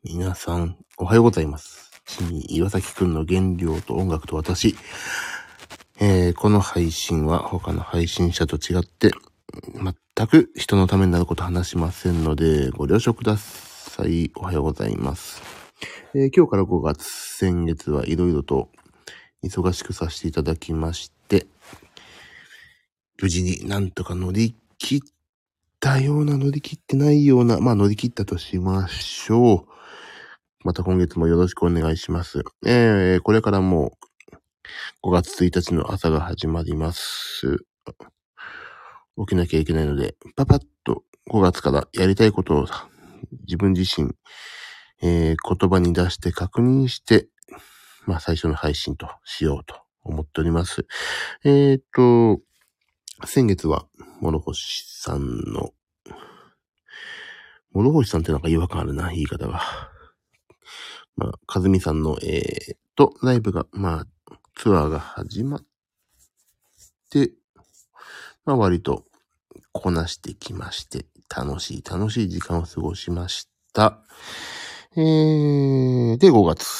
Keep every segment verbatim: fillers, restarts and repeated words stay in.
皆さん、おはようございます。君、岩崎くんの原料と音楽と私。えー、この配信は他の配信者と違って、全く人のためになること話しませんので、ご了承ください。おはようございます。えー、今日からごがつ、先月はいろいろと忙しくさせていただきまして、無事になんとか乗り切ったような、乗り切ってないような、まあ乗り切ったとしましょう。また今月もよろしくお願いします。えー、これからもうごがつついたちの朝が始まります。起きなきゃいけないので、パパッとごがつからやりたいことを自分自身、えー、言葉に出して確認して、まあ最初の配信としようと思っております。えーと、先月は諸星さんの、諸星さんってなんか違和感あるな、言い方が。まあ、かずみさんの、えーと、ライブが、まあ、ツアーが始まって、まあ割とこなしてきまして、楽しい楽しい時間を過ごしました。えー、で、ごがつ。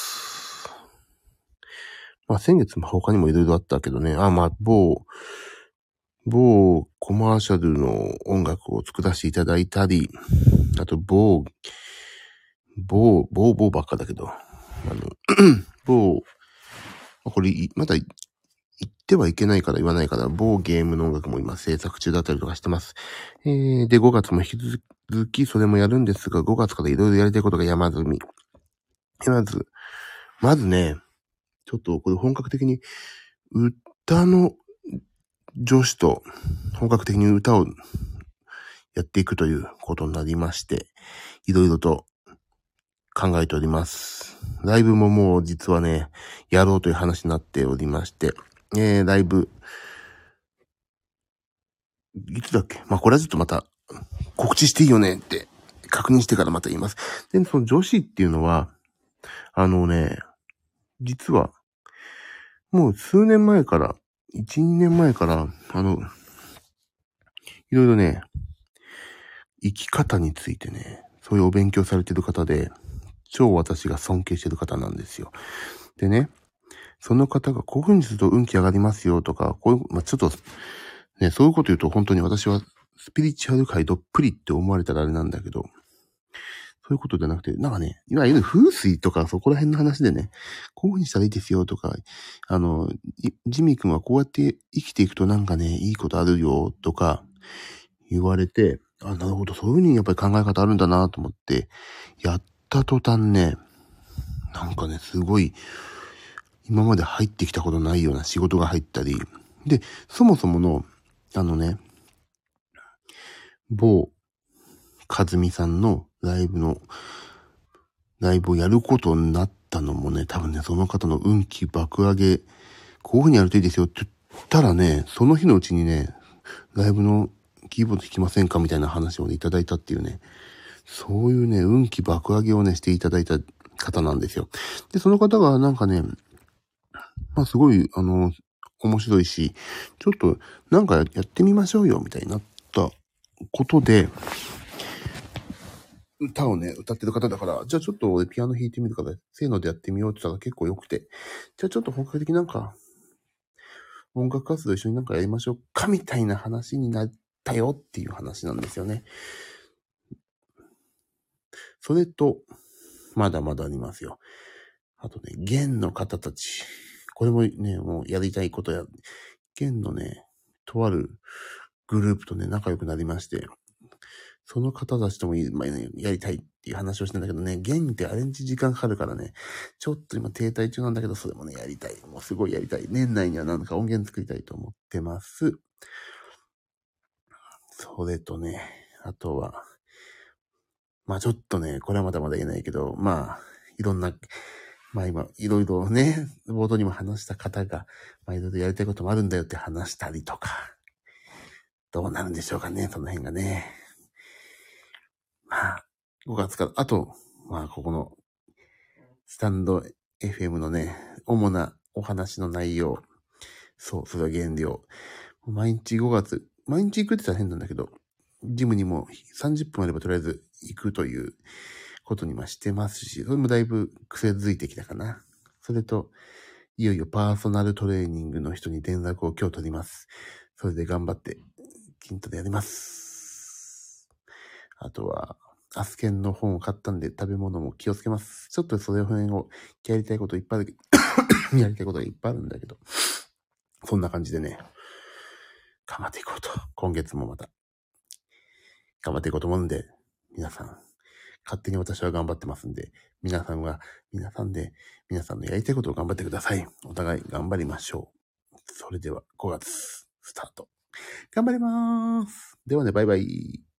まあ先月も他にもいろいろあったけどね、あ、まあ、某、某コマーシャルの音楽を作らせていただいたり、あと某、某、某、某ばっかだけど、あの、某、これ、まだ言ってはいけないから言わないから、某ゲームの音楽も今制作中だったりとかしてます。えー、で、ごがつも引き続きそれもやるんですが、ごがつからいろいろやりたいことが山積み。まず、まずね、ちょっとこれ本格的に歌の女子と本格的に歌をやっていくということになりまして、いろいろと考えております。ライブももう実はね、やろうという話になっておりまして、えー、ライブ、いつだっけ？まあ、これはちょっとまた告知していいよねって確認してからまた言います。で、その女子っていうのは、あのね、実は、もう数年前から、いち、にねんまえから、あの、いろいろね、生き方についてね、そういうお勉強されてる方で、超私が尊敬してる方なんですよ。でね、その方がこういう風にすると運気上がりますよとか、こういう、まあ、ちょっと、ね、そういうこと言うと本当に私はスピリチュアル界どっぷりって思われたらあれなんだけど、そういうことじゃなくて、なんかね、いわゆる風水とかそこら辺の話でね、こういう風にしたらいいですよとか、あの、ジミー君はこうやって生きていくとなんかね、いいことあるよとか言われて、あ、なるほど、そういう風にやっぱり考え方あるんだなと思って、やった途端ね、なんかね、すごい、今まで入ってきたことないような仕事が入ったり、で、そもそもの、あのね、某、かずみさんのライブの、ライブをやることになったのもね、多分ね、その方の運気爆上げ、こういう風にやるといいですよって言ったらね、その日のうちにね、ライブのキーボード弾きませんかみたいな話をね、いただいたっていうね、そういうね、運気爆上げをね、していただいた方なんですよ。で、その方がなんかね、まあすごい、あの、面白いし、ちょっとなんかやってみましょうよ、みたいになったことで、歌をね、歌ってる方だから、じゃあちょっと俺ピアノ弾いてみるから、せーのでやってみようって言ったら結構良くて、じゃあちょっと本格的なんか、音楽活動一緒になんかやりましょうか、みたいな話になったよっていう話なんですよね。それと、まだまだありますよ。あとね、弦の方たち。これもね、もうやりたいことや、弦のね、とあるグループとね、仲良くなりまして、その方たちとも、まあね、やりたいっていう話をしてんだけどね、弦ってアレンジ時間かかるからね、ちょっと今停滞中なんだけど、それもね、やりたい。もうすごいやりたい。年内にはなんか音源作りたいと思ってます。それとね、あとは、まあちょっとね、これはまだまだ言えないけど、まあ、いろんな、まあ今、いろいろね、冒頭にも話した方が、まあいろいろやりたいこともあるんだよって話したりとか、どうなるんでしょうかね、その辺がね。まあ、ごがつから、あと、まあここの、スタンド エフエム のね、主なお話の内容。そう、それは原料。毎日ごがつ、毎日行くって言ったら変なんだけど、ジムにもさんじゅっぷんあればとりあえず行くということにもしてますし、それもだいぶ癖づいてきたかな。それと、いよいよパーソナルトレーニングの人に連絡を今日取ります。それで頑張って筋トレやります。あとは、アスケンの本を買ったんで食べ物も気をつけます。ちょっとそれ辺をやりたいこといっぱいある、やりたいことがいっぱいあるんだけど、そんな感じでね、頑張っていこうと。今月もまた、頑張っていこうと思うんで、皆さん、勝手に私は頑張ってますんで、皆さんは、皆さんで、皆さんのやりたいことを頑張ってください。お互い頑張りましょう。それでは、ごがつ、スタート。頑張りまーす。ではね、バイバイ。